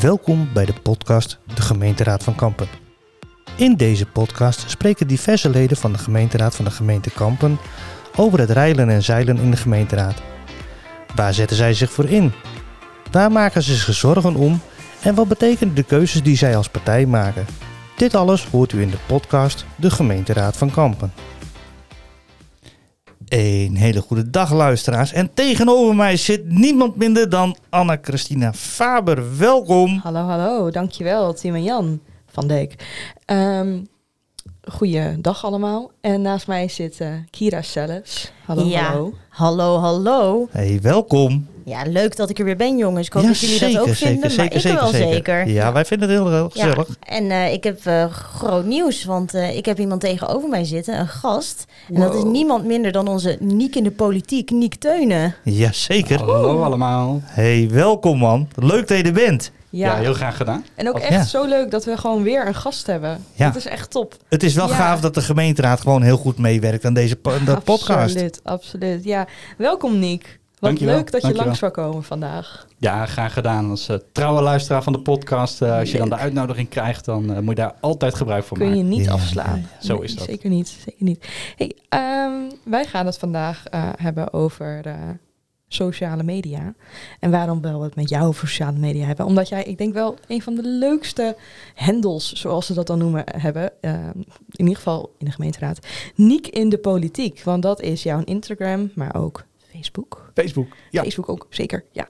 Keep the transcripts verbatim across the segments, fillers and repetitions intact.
Welkom bij de podcast De Gemeenteraad van Kampen. In deze podcast spreken diverse leden van de gemeenteraad van de gemeente Kampen over het reilen en zeilen in de gemeenteraad. Waar zetten zij zich voor in? Waar maken ze zich zorgen om? En wat betekenen de keuzes die zij als partij maken? Dit alles hoort u in de podcast De Gemeenteraad van Kampen. Een hele goede dag, luisteraars. En tegenover mij zit niemand minder dan Anna-Christina Faber. Welkom. Hallo, hallo. Dankjewel, Tim en Jan van Dijk. Um, Goeiedag allemaal. En naast mij zit uh, Kira Selles. Hallo, ja. hallo. Hallo, hallo. Hey, welkom. Ja, leuk dat ik er weer ben, jongens. Ik hoop Ja, dat jullie zeker, dat ook zeker, vinden, zeker, maar zeker, ik wel zeker. zeker. Ja, wij vinden het heel, heel gezellig. Ja. En uh, ik heb uh, groot nieuws, want uh, ik heb iemand tegenover mij zitten, een gast. En Wow. dat is niemand minder dan onze Niek in de politiek, Niek Teunen. Ja, zeker. Hallo allemaal. Hey, welkom man. Leuk dat je er bent. Ja, Ja, heel graag gedaan. en ook Als- echt Ja. zo leuk dat we gewoon weer een gast hebben. Ja. Dat is echt top. Het is wel Ja. gaaf dat de gemeenteraad gewoon heel goed meewerkt aan deze po- aan de podcast. Absoluut, absoluut. Ja, welkom Niek. Wat Dankjewel, leuk dat je dankjewel. langs zou komen vandaag. Ja, graag gedaan. Als uh, trouwe luisteraar van de podcast, uh, als je dan de uitnodiging krijgt, dan uh, moet je daar altijd gebruik van Kun je maken. niet Ja, afslaan. ja. Zo Nee, is dat. Zeker niet, zeker niet. Hey, um, wij gaan het vandaag uh, hebben over uh, sociale media. En waarom wel we het met jou over sociale media hebben? Omdat jij, ik denk wel, een van de leukste handles, zoals ze dat dan noemen, hebben. Uh, in ieder geval in de gemeenteraad. Niek in de politiek. Want dat is jouw Instagram, maar ook Facebook. Facebook. Ja. Facebook ook, zeker, ja.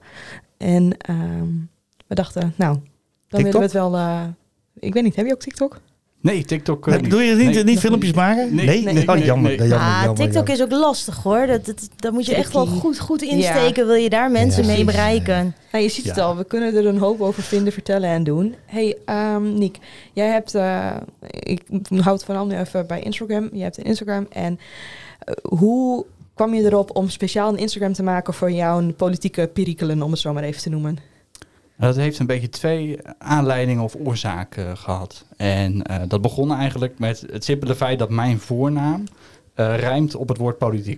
En um, we dachten, nou, dan TikTok? willen we het wel... Uh, ik weet niet, heb je ook TikTok? Nee, TikTok. uh, Nee, niet. doe je niet, Nee. niet filmpjes maken? Nee, nee, nee, Oh, nee, jammer, nee. jammer, ah, jammer, TikTok jammer. is ook lastig hoor. Dat, dat, dat moet je echt wel Tricky. goed, goed insteken, wil je daar mensen Ja. mee Precies. bereiken. Nou, je ziet het Ja. al, we kunnen er een hoop over vinden, vertellen en doen. Hey, um, Niek, jij hebt, uh, ik houd vooral nu even bij Instagram. Je hebt een Instagram en uh, hoe kwam je erop om speciaal een Instagram te maken voor jouw politieke perikelen, om het zo maar even te noemen? Dat heeft een beetje twee aanleidingen of oorzaken uh, gehad. En uh, dat begon eigenlijk met het simpele feit dat mijn voornaam uh, rijmt op het woord politiek.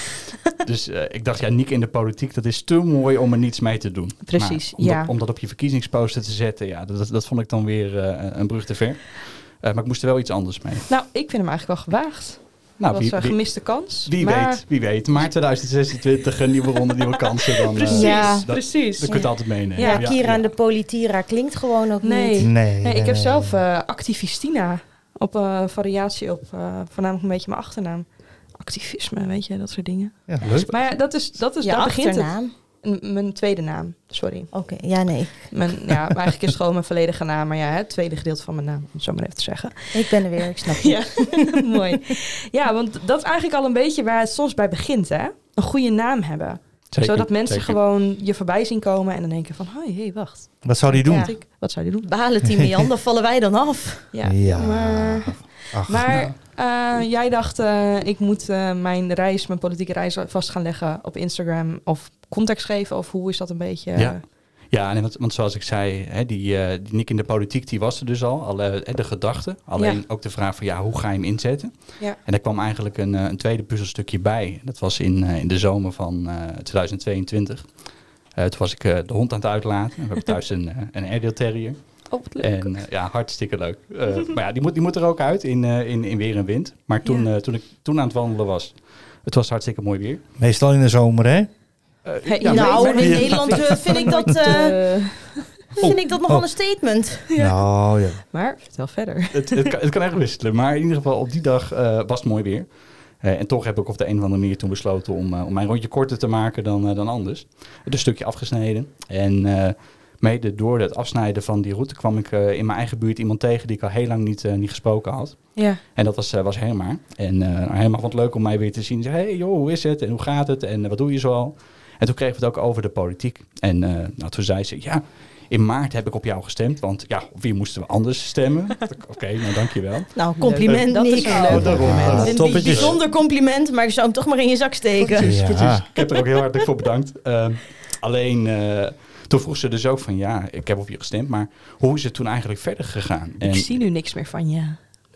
Dus uh, ik dacht, ja, Niek in de politiek, dat is te mooi om er niets mee te doen. Precies, Maar om, ja. dat, om dat op je verkiezingsposter te zetten, ja, dat, dat vond ik dan weer uh, een brug te ver. Uh, maar ik moest er wel iets anders mee. Nou, ik vind hem eigenlijk wel gewaagd. Nou, dat wie, was een wie, gemiste kans. wie maar... weet, wie weet. Maart tweeduizend zesentwintig, een nieuwe ronde, nieuwe kansen. Dan, uh, Precies, Ja. dat, precies. dat kun je het altijd meenemen. Ja, Kira en de politiera klinkt gewoon ook Nee. niet. Nee, Nee, ik heb nee. zelf uh, Activistina op uh, variatie op uh, voornamelijk een beetje mijn achternaam. Activisme, weet je, dat soort dingen. Ja, leuk. Maar ja, dat is, dat is Je daar begint het. achternaam? N- mijn tweede naam, sorry. Oké, ja nee. Mijn, ja, eigenlijk is het gewoon mijn volledige naam, maar ja, het tweede gedeelte van mijn naam, om het zo maar even te zeggen. Ik ben er weer, ik snap je. Ja, mooi. Ja, want dat is eigenlijk al een beetje waar het soms bij begint, hè? Een goede naam hebben. Zeker, Zodat mensen zeker. gewoon je voorbij zien komen en dan denken van, hé, hey, wacht. Wat zou die doen? Ja. Wat, ik, wat zou die doen? Balen, Team Jan, dan vallen wij dan af. Ja, Ja. maar... Ach, Maar uh, jij dacht, uh, ik moet uh, mijn reis, mijn politieke reis vast gaan leggen op Instagram of context geven? Of hoe is dat een beetje? Uh... Ja. Ja, nee, want, want zoals ik zei, hè, die, uh, die Niek in de politiek, die was er dus al. Alle, hè, de gedachte. Alleen Ja. ook de vraag van, ja, hoe ga je hem inzetten? Ja. En daar kwam eigenlijk een, uh, een tweede puzzelstukje bij. Dat was in, uh, in de zomer van uh, tweeduizend tweeëntwintig. Uh, toen was ik uh, de hond aan het uitlaten. We hebben thuis een, uh, een Airedale Terrier. Oh, wat leuk. En uh, ja, hartstikke leuk. Uh, maar ja, die moet, die moet er ook uit in, uh, in, in weer en wind. Maar toen, Ja. uh, toen ik toen aan het wandelen was, het was hartstikke mooi weer. meestal in de zomer, hè? Uh, Hey, ja, je nou, weet- in weet- Nederland uh, vind ik dat, uh, vind ik dat nogal Oh. een statement. Ja. Nou, ja. Maar vertel verder. het, het, kan, het kan echt wisselen. Maar in ieder geval, op die dag uh, was het mooi weer. Uh, en toch heb ik op de een of andere manier toen besloten om, uh, om mijn rondje korter te maken dan, uh, dan anders. Het een stukje afgesneden. En uh, mede door het afsnijden van die route kwam ik uh, in mijn eigen buurt iemand tegen die ik al heel lang niet, uh, niet gesproken had. Ja. En dat was, uh, was Herma. En uh, Herma vond het leuk om mij weer te zien. Zei, hey joh, hoe is het? En hoe gaat het? En uh, wat doe je zoal? En toen kregen we het ook over de politiek. En uh, nou, toen zei ze, ja, in maart heb ik op jou gestemd. Want ja, op wie moesten we anders stemmen? Oké, okay, nou dankjewel. Nou, compliment, Dat is Niek. een leuk Oh, daarom. compliment. Ah, Een toppetjes. bijzonder compliment, maar ik zou hem toch maar in je zak steken. Precies, Ja. precies. Ik heb er ook heel hartelijk voor bedankt. Uh, alleen, uh, toen vroeg ze dus ook van, ja, ik heb op je gestemd. Maar hoe is het toen eigenlijk verder gegaan? En, Ik zie nu niks meer van je.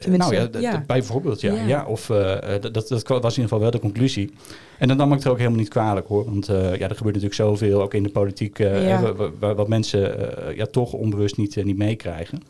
Tenminste, nou ja, d- ja. d- bijvoorbeeld ja. Ja. ja of uh, dat, dat was in ieder geval wel de conclusie. En dan nam ik het ook helemaal niet kwalijk hoor. Want uh, ja, er gebeurt natuurlijk zoveel, ook in de politiek, uh, Ja. hè, wa- wa- wat mensen uh, ja, toch onbewust niet, uh, niet meekrijgen.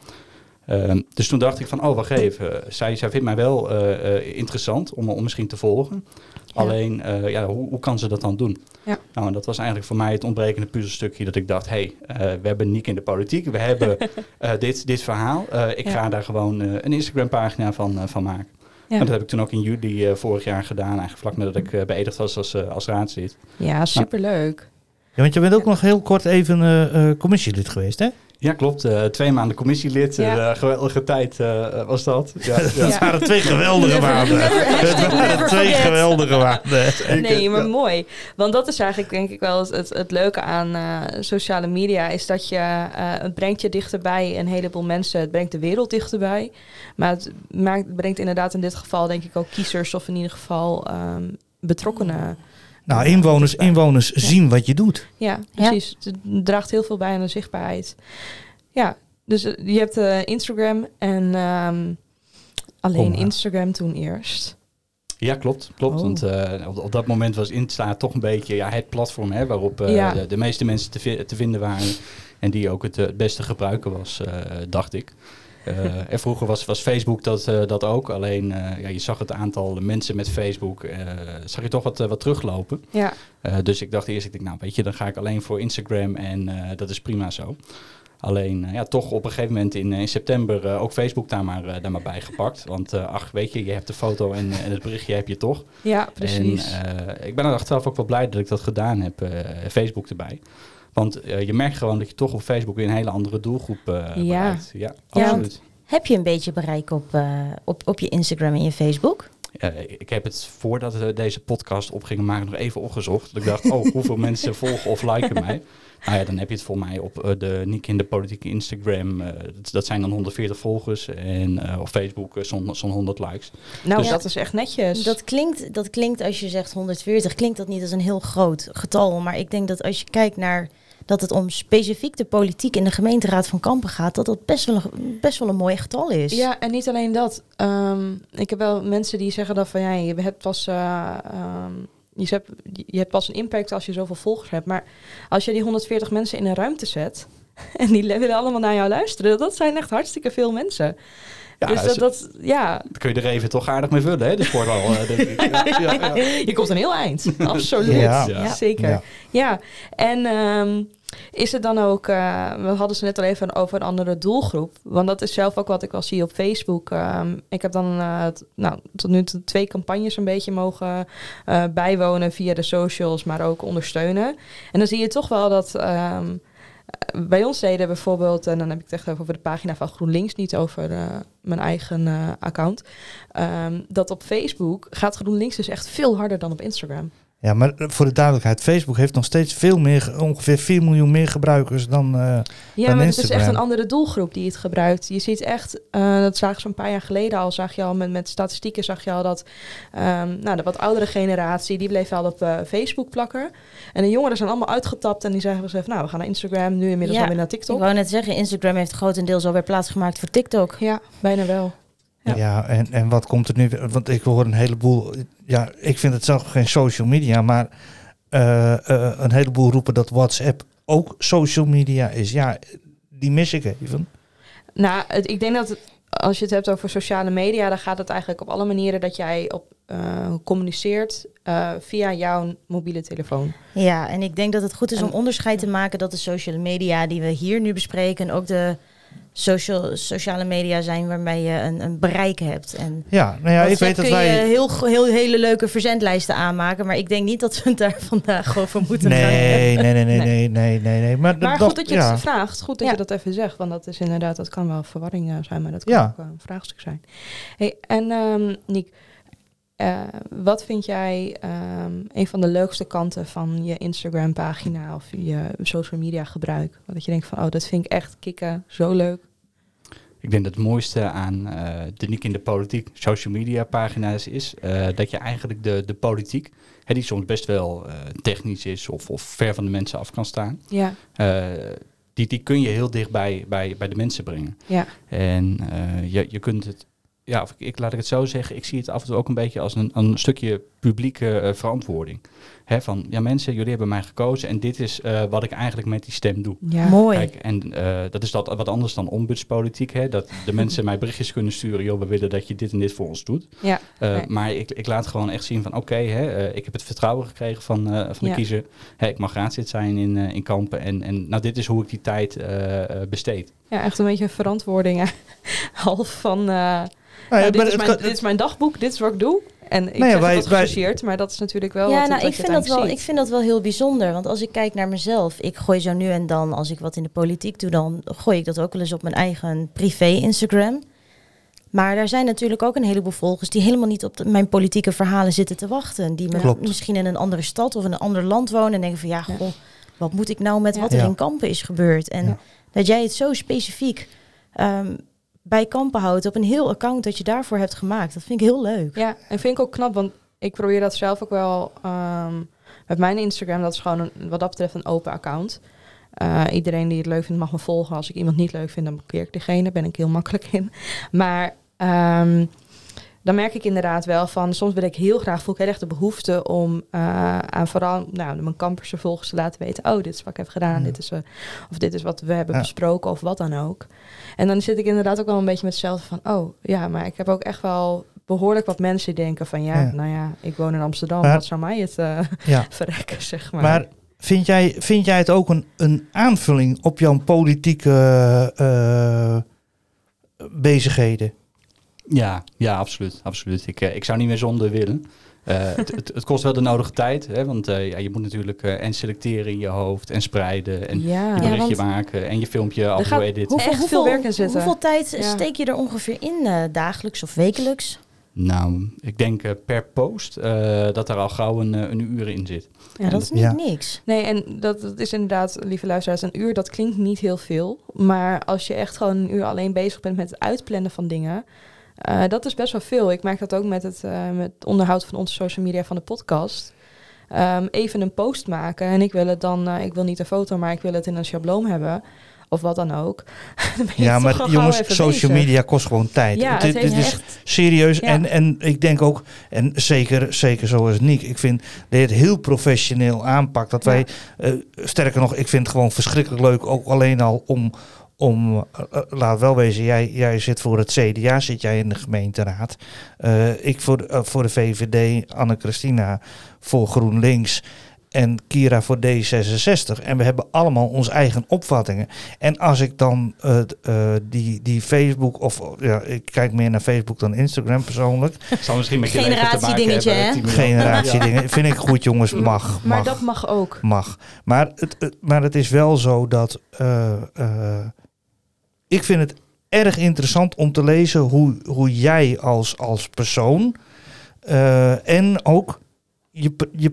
Um, dus toen dacht ik van, oh wacht even, zij, zij vindt mij wel uh, uh, interessant om, om misschien te volgen. Ja. Alleen, uh, ja, hoe, hoe kan ze dat dan doen? Ja. Nou, en dat was eigenlijk voor mij het ontbrekende puzzelstukje dat ik dacht, hé, hey, uh, we hebben Niek in de politiek, we hebben uh, dit, dit verhaal. Uh, ik Ja. ga daar gewoon uh, een Instagram pagina van, uh, van maken. Ja. En dat heb ik toen ook in juli uh, vorig jaar gedaan, eigenlijk vlak nadat ik uh, beëdigd was als, uh, als raadslid. Ja, superleuk. Ja, want je bent ook nog heel kort even uh, uh, commissielid geweest, hè? Ja, klopt. Uh, twee maanden commissielid. Ja. Uh, geweldige tijd uh, was dat. Ja, ja. Het waren twee geweldige Never- maanden. never- Het waren never twee forget. geweldige maanden. Nee, maar Ja. mooi. Want dat is eigenlijk denk ik wel het, het leuke aan uh, sociale media. Is dat je, uh, het brengt je dichterbij een heleboel mensen. Het brengt de wereld dichterbij. Maar het maakt, brengt inderdaad in dit geval denk ik ook kiezers. Of in ieder geval um, betrokkenen. Nou, inwoners, inwoners zien wat je doet. Ja, precies. Het draagt heel veel bij aan de zichtbaarheid. Ja, dus uh, je hebt uh, Instagram en um, alleen Kom maar. Instagram toen eerst. Ja, klopt. klopt. Oh. Want uh, op, op dat moment was Insta toch een beetje ja, het platform hè, waarop uh, Ja. de, de meeste mensen te, vi- te vinden waren. En die ook het, uh, het beste gebruiken was, uh, dacht ik. Uh, en vroeger was, was Facebook dat, uh, dat ook. Alleen uh, ja, je zag het aantal mensen met Facebook, uh, zag je toch wat, uh, wat teruglopen. Ja, Uh, dus ik dacht eerst, ik denk, nou weet je, dan ga ik alleen voor Instagram en uh, dat is prima zo. Alleen, uh, ja, toch op een gegeven moment in, uh, in september uh, ook Facebook daar maar, uh, daar maar bij gepakt. Want uh, ach, weet je, je hebt de foto en, uh, en het berichtje heb je toch. ja, precies. En uh, ik ben er achteraf ook wel blij dat ik dat gedaan heb, uh, Facebook erbij. Want uh, je merkt gewoon dat je toch op Facebook weer een hele andere doelgroep uh, Ja. bereikt. Ja, Ja, absoluut. Heb je een beetje bereik op, uh, op, op je Instagram en je Facebook? Uh, ik heb het voordat we deze podcast op gingen maken nog even opgezocht. Dat ik dacht, oh, hoeveel mensen volgen of liken mij? Nou ja, dan heb je het voor mij op uh, de Niek in de politieke Instagram. Uh, dat, dat zijn dan honderdveertig volgers. En uh, op Facebook uh, zo'n zo'n honderd likes. Nou, Dus- dat is echt netjes. Dat klinkt, dat klinkt als je zegt honderdveertig, klinkt dat niet als een heel groot getal. Maar ik denk dat als je kijkt naar dat het om specifiek de politiek in de gemeenteraad van Kampen gaat, dat dat best wel een, best wel een mooi getal is. Ja, en niet alleen dat. Um, ik heb wel mensen die zeggen dat van ja, je hebt pas, uh, um, je, hebt, je hebt pas een impact als je zoveel volgers hebt. Maar als je die honderdveertig mensen in een ruimte zet en die willen allemaal naar jou luisteren, dat zijn echt hartstikke veel mensen. Ja, dus dat, ze- dat, ja, Dan kun je er even toch aardig mee vullen, hè, de sporthal. uh, denk ik. Ja, ja, ja. je komt een heel eind. Absoluut. Ja. Ja. Zeker. Ja. Ja, en um, is het dan ook, uh, we hadden ze net al even over een andere doelgroep. Want dat is zelf ook wat ik wel zie op Facebook. Um, ik heb dan uh, t- nou, tot nu toe twee campagnes een beetje mogen uh, bijwonen via de socials, maar ook ondersteunen. En dan zie je toch wel dat um, bij ons deden bijvoorbeeld, en dan heb ik het echt over de pagina van GroenLinks, niet over uh, mijn eigen uh, account. Um, dat op Facebook gaat GroenLinks dus echt veel harder dan op Instagram. Ja, maar voor de duidelijkheid, Facebook heeft nog steeds veel meer, ge- ongeveer vier miljoen meer gebruikers dan... Uh, Ja, dan maar het is Instagram. echt een andere doelgroep die het gebruikt. Je ziet echt, uh, dat zagen ze een paar jaar geleden al, zag je al met, met statistieken, zag je al dat um, nou, de wat oudere generatie, die bleef wel op uh, Facebook plakken. En de jongeren zijn allemaal uitgetapt en die zeggen zelf, nou, we gaan naar Instagram, nu inmiddels Ja, alweer naar Ik TikTok. wou net zeggen, Instagram heeft grotendeels alweer plaatsgemaakt voor TikTok. Ja, bijna wel. ja, Ja. en, en wat komt er nu? Want ik hoor een heleboel... Ja, ik vind het zelf geen social media, maar uh, uh, een heleboel roepen dat WhatsApp ook social media is. Ja, die mis ik even. Nou, het, ik denk dat het, als je het hebt over sociale media, dan gaat het eigenlijk op alle manieren dat jij op uh, communiceert uh, via jouw mobiele telefoon. Ja, en ik denk dat het goed is En- om onderscheid te maken dat de sociale media die we hier nu bespreken ook de social, sociale media zijn waarmee je een, een bereik hebt. En Ja, nou ja, ik weet dat kun wij... je heel, heel hele leuke verzendlijsten aanmaken, maar ik denk niet dat we het daar vandaag over moeten gaan hebben. Nee, nee, nee, nee, nee, nee, nee, nee. Maar, Maar dat- goed dat je ja. het vraagt. Goed dat Ja. je dat even zegt. Want dat is inderdaad, dat kan wel verwarring uh, zijn, maar dat kan Ja. ook uh, een vraagstuk zijn. Hey, en um, Niek, uh, wat vind jij um, een van de leukste kanten van je Instagram pagina of je social media gebruik? Dat je denkt van, oh, dat vind ik echt kicken, zo leuk. Ik denk dat het mooiste aan uh, de Niek in de politiek social media pagina's is uh, dat je eigenlijk de, de politiek, hè, die soms best wel uh, technisch is of, of ver van de mensen af kan staan, Ja, uh, die, die kun je heel dicht bij, bij, bij de mensen brengen. ja, En uh, je, je kunt het ja, of ik, ik laat ik het zo zeggen, ik zie het af en toe ook een beetje als een, een stukje publieke uh, verantwoording. Hè, van, ja mensen, jullie hebben mij gekozen en dit is uh, wat ik eigenlijk met die stem doe. Ja. Mooi. Kijk, en uh, dat is dat wat anders dan ombudspolitiek, hè, dat de mensen mij berichtjes kunnen sturen, joh, we willen dat je dit en dit voor ons doet. Ja. Uh, Nee. Maar ik, ik laat gewoon echt zien van, oké, okay, uh, ik heb het vertrouwen gekregen van, uh, van de Ja. kiezer. Hè, ik mag raadslid zijn in, uh, in Kampen en, en nou, dit is hoe ik die tijd uh, uh, besteed. Ja, echt een beetje een verantwoording. hè. Half van, uh, nou, Nou ja, dit, maar is het mijn, kan- dit is mijn dagboek, dit is wat ik doe. En ik Nou ja, zeg wij- het wat wij- gechargeerd, maar dat is natuurlijk wel Ja, wat, nou, wat ik je vind, dat wel, uiteindelijk ik vind dat wel heel bijzonder. Want als ik kijk naar mezelf, ik gooi zo nu en dan, als ik wat in de politiek doe, dan gooi ik dat ook wel eens op mijn eigen privé Instagram. Maar daar zijn natuurlijk ook een heleboel volgers die helemaal niet op de- mijn politieke verhalen zitten te wachten. Die me Klopt. misschien in een andere stad of in een ander land wonen en denken van ja, Ja. goh, wat moet ik nou met Ja. wat er Ja. in Kampen is gebeurd? En Ja. dat jij het zo specifiek um, bij Kampen houdt op een heel account dat je daarvoor hebt gemaakt. Dat vind ik heel leuk. Ja, en vind ik ook knap, want ik probeer dat zelf ook wel um, met mijn Instagram. Dat is gewoon een, wat dat betreft een open account. Uh, iedereen die het leuk vindt mag me volgen. Als ik iemand niet leuk vind, dan blokkeer ik diegene. Daar ben ik heel makkelijk in. Maar um, dan merk ik inderdaad wel van, soms wil ik heel graag, voel ik heel erg de behoefte om uh, aan vooral nou, mijn campers volgers te laten weten, oh, dit is wat ik heb gedaan, Ja. dit is, uh, of dit is wat we hebben Ja. besproken, of wat dan ook. En dan zit ik inderdaad ook wel een beetje met hetzelfde van, oh, ja, maar ik heb ook echt wel behoorlijk wat mensen die denken van, ja, Ja. nou ja, ik woon in Amsterdam, Maar- wat zou mij het uh, Ja. verrekken, zeg maar. Maar vind jij, vind jij het ook een, een aanvulling op jouw politieke uh, bezigheden? Ja, ja, absoluut. absoluut. Ik, uh, ik zou niet meer zonder willen. Uh, het, het, het kost wel de nodige tijd, hè, want uh, ja, je moet natuurlijk uh, en selecteren in je hoofd en spreiden en ja, je berichtje want- maken en je filmpje af en gaat- toe editen. Hoeveel, Echt hoeveel, veel werk in zitten. hoeveel tijd Ja. steek je er ongeveer in, uh, dagelijks of wekelijks? Nou, ik denk uh, per post uh, dat er al gauw een, uh, een uur in zit. Ja, dat is niet Ja. niks. Nee, en dat, dat is inderdaad, lieve luisteraars, een uur, dat klinkt niet heel veel. Maar als je echt gewoon een uur alleen bezig bent met het uitplannen van dingen, uh, dat is best wel veel. Ik merk dat ook met het, uh, met het onderhoud van onze social media van de podcast. Um, even een post maken en ik wil het dan, uh, ik wil niet een foto, maar ik wil het in een schabloon hebben. Of wat dan ook. Dan ben je Ja, toch maar al gauw jongens, even social bezig. media kost gewoon tijd. Ja, dit, het dit heeft is echt- serieus. Ja. En, en ik denk ook, en zeker, zeker zoals Niek, ik vind dat je het heel professioneel aanpakt. Dat wij, uh, sterker nog, ik vind het gewoon verschrikkelijk leuk, ook alleen al om, om uh, uh, laat wel wezen, jij, jij zit voor het C D A, zit jij in de gemeenteraad. Uh, ik voor de, uh, voor de V V D, Anne-Christina voor GroenLinks. En Kira voor D zesenzestig. En we hebben allemaal onze eigen opvattingen. En als ik dan uh, uh, die, die Facebook, of ja, ik kijk meer naar Facebook dan Instagram persoonlijk. Zal misschien met je leven te maken Generatiedingetje, hebben, hè? tien minuten. Generatie dingen. Vind ik goed, jongens. Mag. Maar mag, dat mag ook. mag. Maar het, het- maar het is wel zo dat uh, uh, ik vind het erg interessant om te lezen hoe, hoe jij als, als persoon uh, en ook je, je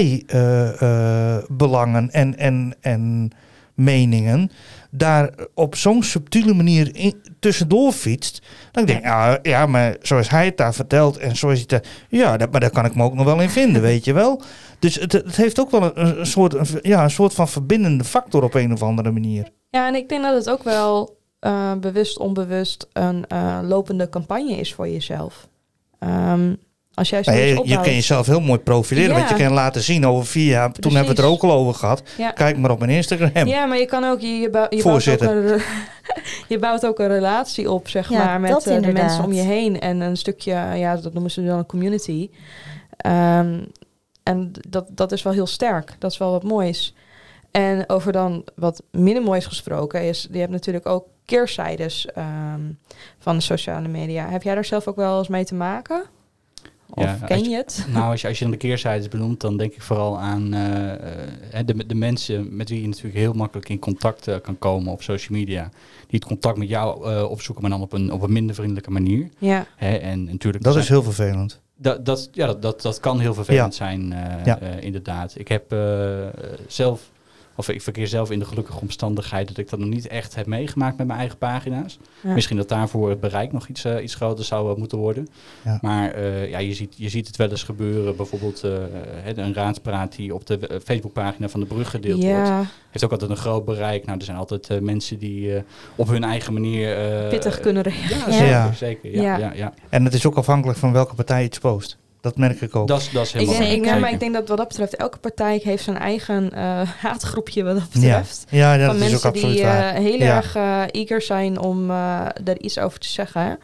partijbelangen uh, uh, en, en, en meningen daar op zo'n subtiele manier in, tussendoor fietst. Dan denk ik, ja, ja, maar zoals hij het daar vertelt en zoals hij het daar, ja, dat, maar daar kan ik me ook nog wel in vinden, weet je wel. Dus het, het heeft ook wel een, een, soort, een, ja, een soort van verbindende factor op een of andere manier. Ja, en ik denk dat het ook wel uh, bewust, onbewust een uh, lopende campagne is voor jezelf. Um, als jij Nee, zoiets je, je opbouwt... kan jezelf heel mooi profileren, Ja. want je kan laten zien over vier jaar. Toen Precies. hebben we het er ook al over gehad. Ja. Kijk maar op mijn Instagram. Ja, maar je kan ook, je, je, bouw, je, bouwt, ook Voorzitter. een, je bouwt ook een relatie op, zeg Ja, maar, met dat uh, de inderdaad. mensen om je heen. En een stukje, ja, dat noemen ze dan een community. Um, en dat, dat is wel heel sterk. Dat is wel wat moois. En over dan wat minder moois gesproken is, je hebt natuurlijk ook keerzijdes um, van de sociale media. Heb jij daar zelf ook wel eens mee te maken? Of Ja, ken als je het? Nou, als je, als je dan de keerzijdes benoemt, dan denk ik vooral aan uh, uh, de, de mensen met wie je natuurlijk heel makkelijk in contact uh, kan komen op social media. Die het contact met jou uh, opzoeken, maar dan op een, op een minder vriendelijke manier. Ja. Hè, en natuurlijk Dat zijn- is heel vervelend. Dat, dat, ja, dat, dat, dat kan heel vervelend Ja. zijn, uh, Ja. uh, inderdaad. Ik heb uh, zelf of ik verkeer zelf in de gelukkige omstandigheid dat ik dat nog niet echt heb meegemaakt met mijn eigen pagina's. Ja. Misschien dat daarvoor het bereik nog iets, uh, iets groter zou uh, moeten worden. Ja. Maar uh, ja, je, ziet, je ziet het wel eens gebeuren. Bijvoorbeeld uh, een raadspraat die op de uh, Facebookpagina van de Brug gedeeld Ja. wordt. Heeft ook altijd een groot bereik. Nou, er zijn altijd uh, mensen die uh, op hun eigen manier... Uh, Pittig kunnen reageren. Ja, zeker. Ja. zeker ja, Ja. ja. Ja, ja. En het is ook afhankelijk van welke partij iets post. Dat merk ik ook. Dat is- dat is Ik helemaal denk, ik, zeker. nee, maar ik denk dat wat dat betreft elke partij heeft zijn eigen uh, haatgroepje wat dat betreft. Ja, ja, Van dat is ook mensen absoluut die uh, waar. heel Ja. erg uh, eager zijn om uh, er iets over te zeggen.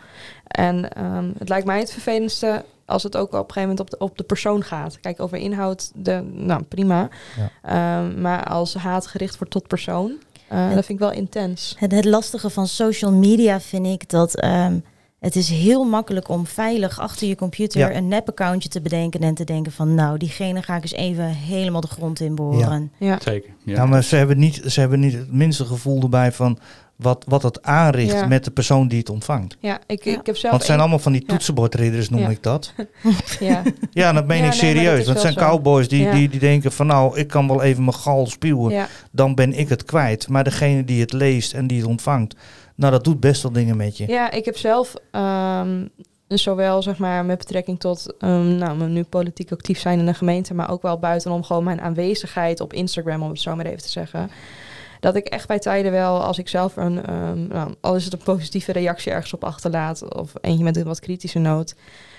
En um, het lijkt mij het vervelendste als het ook op een gegeven moment op de, op de persoon gaat. Kijk, over inhoud, de, nou prima. Ja. Um, maar als haat gericht wordt tot persoon, uh, dat vind ik wel intens. Het, het lastige van social media vind ik dat um, het is heel makkelijk om veilig achter je computer Ja. een nep-accountje te bedenken en te denken van nou, diegene ga ik eens even helemaal de grond in boren. Ja. Zeker. Ja. Ja, maar ze hebben, niet, ze hebben niet het minste gevoel erbij van wat, wat het aanricht Ja. met de persoon die het ontvangt. Ja, ik, Ja. ik heb zelf... Want het zijn één- allemaal van die Ja. toetsenbordridders, noem Ja. ik dat. Ja. Ja, dat meen Ja, ik nee, serieus. maar dat is Want het zijn wel zo. cowboys die, Ja. die, die denken van nou, ik kan wel even mijn gal spuwen. Ja. Dan ben ik het kwijt. Maar degene die het leest en die het ontvangt, nou dat doet best wel dingen met je. Ja, ik heb zelf um, zowel zeg maar met betrekking tot um, nou, me nu politiek actief zijn in een gemeente, maar ook wel buitenom gewoon mijn aanwezigheid op Instagram, om het zo maar even te zeggen. Dat ik echt bij tijden wel, als ik zelf een, um, nou, al is het een positieve reactie ergens op achterlaat, of eentje met een wat kritische noot,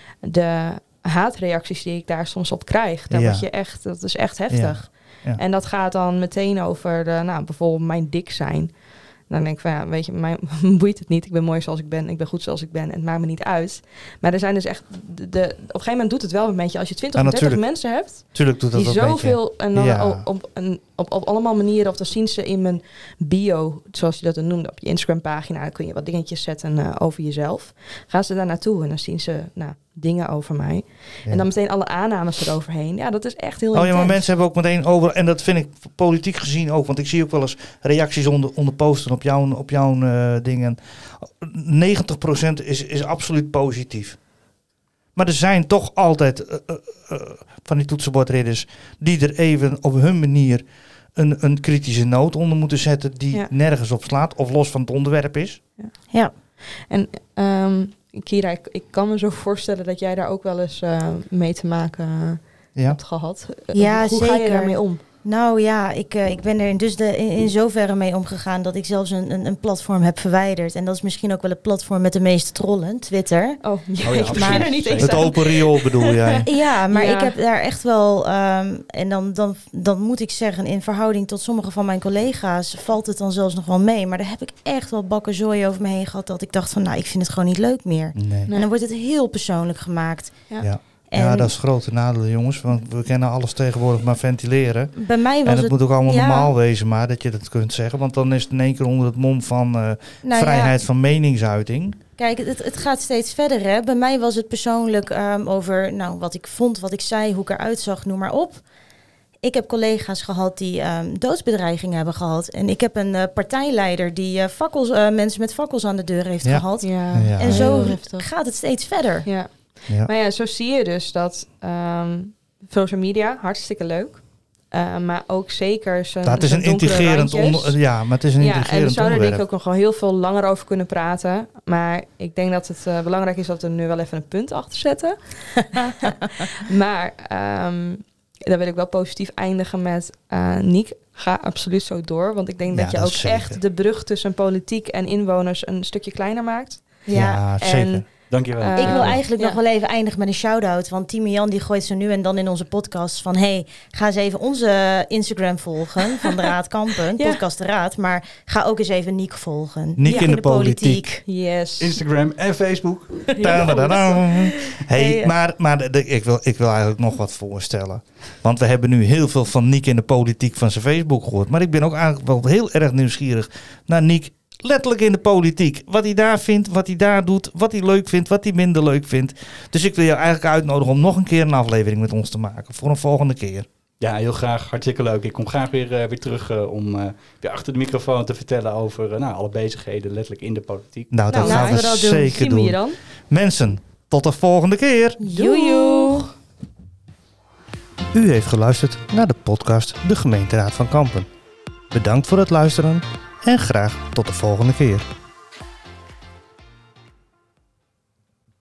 de haatreacties die ik daar soms op krijg, daar Ja. word je echt, dat is echt heftig. Ja. Ja. En dat gaat dan meteen over de, nou, bijvoorbeeld mijn dik zijn. Dan denk ik van ja, weet je, mij boeit het niet. Ik ben mooi zoals ik ben. Ik ben goed zoals ik ben. En het maakt me niet uit. Maar er zijn dus echt... De, de, op een gegeven moment doet het wel met je. Als je twintig Ja, of dertig natuurlijk. mensen hebt... Tuurlijk doet dat die ook met je. zoveel... En dan Ja. op, op, een, op, op allemaal manieren... Of dan zien ze in mijn bio... Zoals je dat dan noemde. Op je Instagram pagina... kun je wat dingetjes zetten uh, over jezelf. Gaan ze daar naartoe. En dan zien ze nou, dingen over mij. Ja. En dan meteen alle aannames eroverheen. Ja, dat is echt heel Oh ja, intens. maar mensen hebben ook meteen over... En dat vind ik politiek gezien ook. Want ik zie ook wel eens reacties onder, onder posten op jouw, op jouw uh, dingen. negentig procent is, is absoluut positief. Maar er zijn toch altijd uh, uh, uh, van die toetsenbordridders... die er even op hun manier een, een kritische noot onder moeten zetten... die Ja. nergens op slaat of los van het onderwerp is. Ja. En um, Kira, ik, ik kan me zo voorstellen dat jij daar ook wel eens uh, mee te maken uh, Ja. hebt gehad. Uh, Ja, hoe ga je zeker. daarmee om? Nou ja, ik, uh, ik ben er dus de, in, in zoverre mee omgegaan dat ik zelfs een, een, een platform heb verwijderd. En dat is misschien ook wel het platform met de meeste trollen, Twitter. Oh, ja, Oh ja, ik begin maar- er niet eens Het aan. open riool bedoel jij? Ja, maar Ja. ik heb daar echt wel, um, en dan, dan, dan moet ik zeggen, in verhouding tot sommige van mijn collega's valt het dan zelfs nog wel mee. Maar daar heb ik echt wel bakken zooi over me heen gehad dat ik dacht van, nou, ik vind het gewoon niet leuk meer. Nee. Nee. En dan wordt het heel persoonlijk gemaakt. Ja. Ja. En Ja, dat is het grote nadeel, jongens. Want we kennen alles tegenwoordig maar ventileren. bij mij was En het het, moet ook allemaal ja. normaal wezen, maar dat je dat kunt zeggen. Want dan is het in één keer onder het mom van uh, nou ja, vrijheid van meningsuiting. Kijk, het, het gaat steeds verder. Hè. Bij mij was het persoonlijk um, over nou, wat ik vond, wat ik zei, hoe ik eruit zag, noem maar op. Ik heb collega's gehad die um, doodsbedreigingen hebben gehad. En ik heb een uh, partijleider die uh, fakkels, uh, mensen met fakkels aan de deur heeft Ja. gehad. Ja, Ja. En zo heel heftig. gaat het steeds verder. Ja. Ja. Maar ja, zo zie je dus dat um, social media, hartstikke leuk. Uh, maar ook zeker zijn Dat is zijn een donkere intrigerend randjes. onder, ja, maar het is een Ja, en we intrigerend zouden er denk ik onderwerp. ook nog wel heel veel langer over kunnen praten. Maar ik denk dat het uh, belangrijk is dat we er nu wel even een punt achter zetten. Maar um, daar wil ik wel positief eindigen met uh, Niek. Ga absoluut zo door. Want ik denk Ja, dat je dat ook is zeker. echt de brug tussen politiek en inwoners een stukje kleiner maakt. Ja, zeker. En Dankjewel. Uh, Ik wil eigenlijk ja. nog wel even eindigen met een shout-out. Want Timian die gooit zo nu en dan in onze podcast van... hey, ga eens even onze Instagram volgen van de Raad Kampen. Ja. Podcast de Raad. Maar ga ook eens even Niek volgen. Niek in de politiek. yes. Instagram en Facebook. Tadadadam. Hey, Hey, maar, maar de, de- ik, wil, ik wil eigenlijk nog wat voorstellen. Want we hebben nu heel veel van Niek in de politiek van zijn Facebook gehoord. Maar ik ben ook eigenlijk wel heel erg nieuwsgierig naar Niek letterlijk in de politiek. Wat hij daar vindt, wat hij daar doet, wat hij leuk vindt, wat hij minder leuk vindt. Dus ik wil jou eigenlijk uitnodigen om nog een keer een aflevering met ons te maken. Voor een volgende keer. Ja, heel graag. Hartstikke leuk. Ik kom graag weer, uh, weer terug uh, om uh, weer achter de microfoon te vertellen over uh, nou, alle bezigheden, letterlijk in de politiek. Nou, dat Nou, gaan laten we we dat doen. zeker Zien we je doen. dan? Mensen, tot de volgende keer. Joejoe! U heeft geluisterd naar de podcast De Gemeenteraad van Kampen. Bedankt voor het luisteren en graag tot de volgende keer.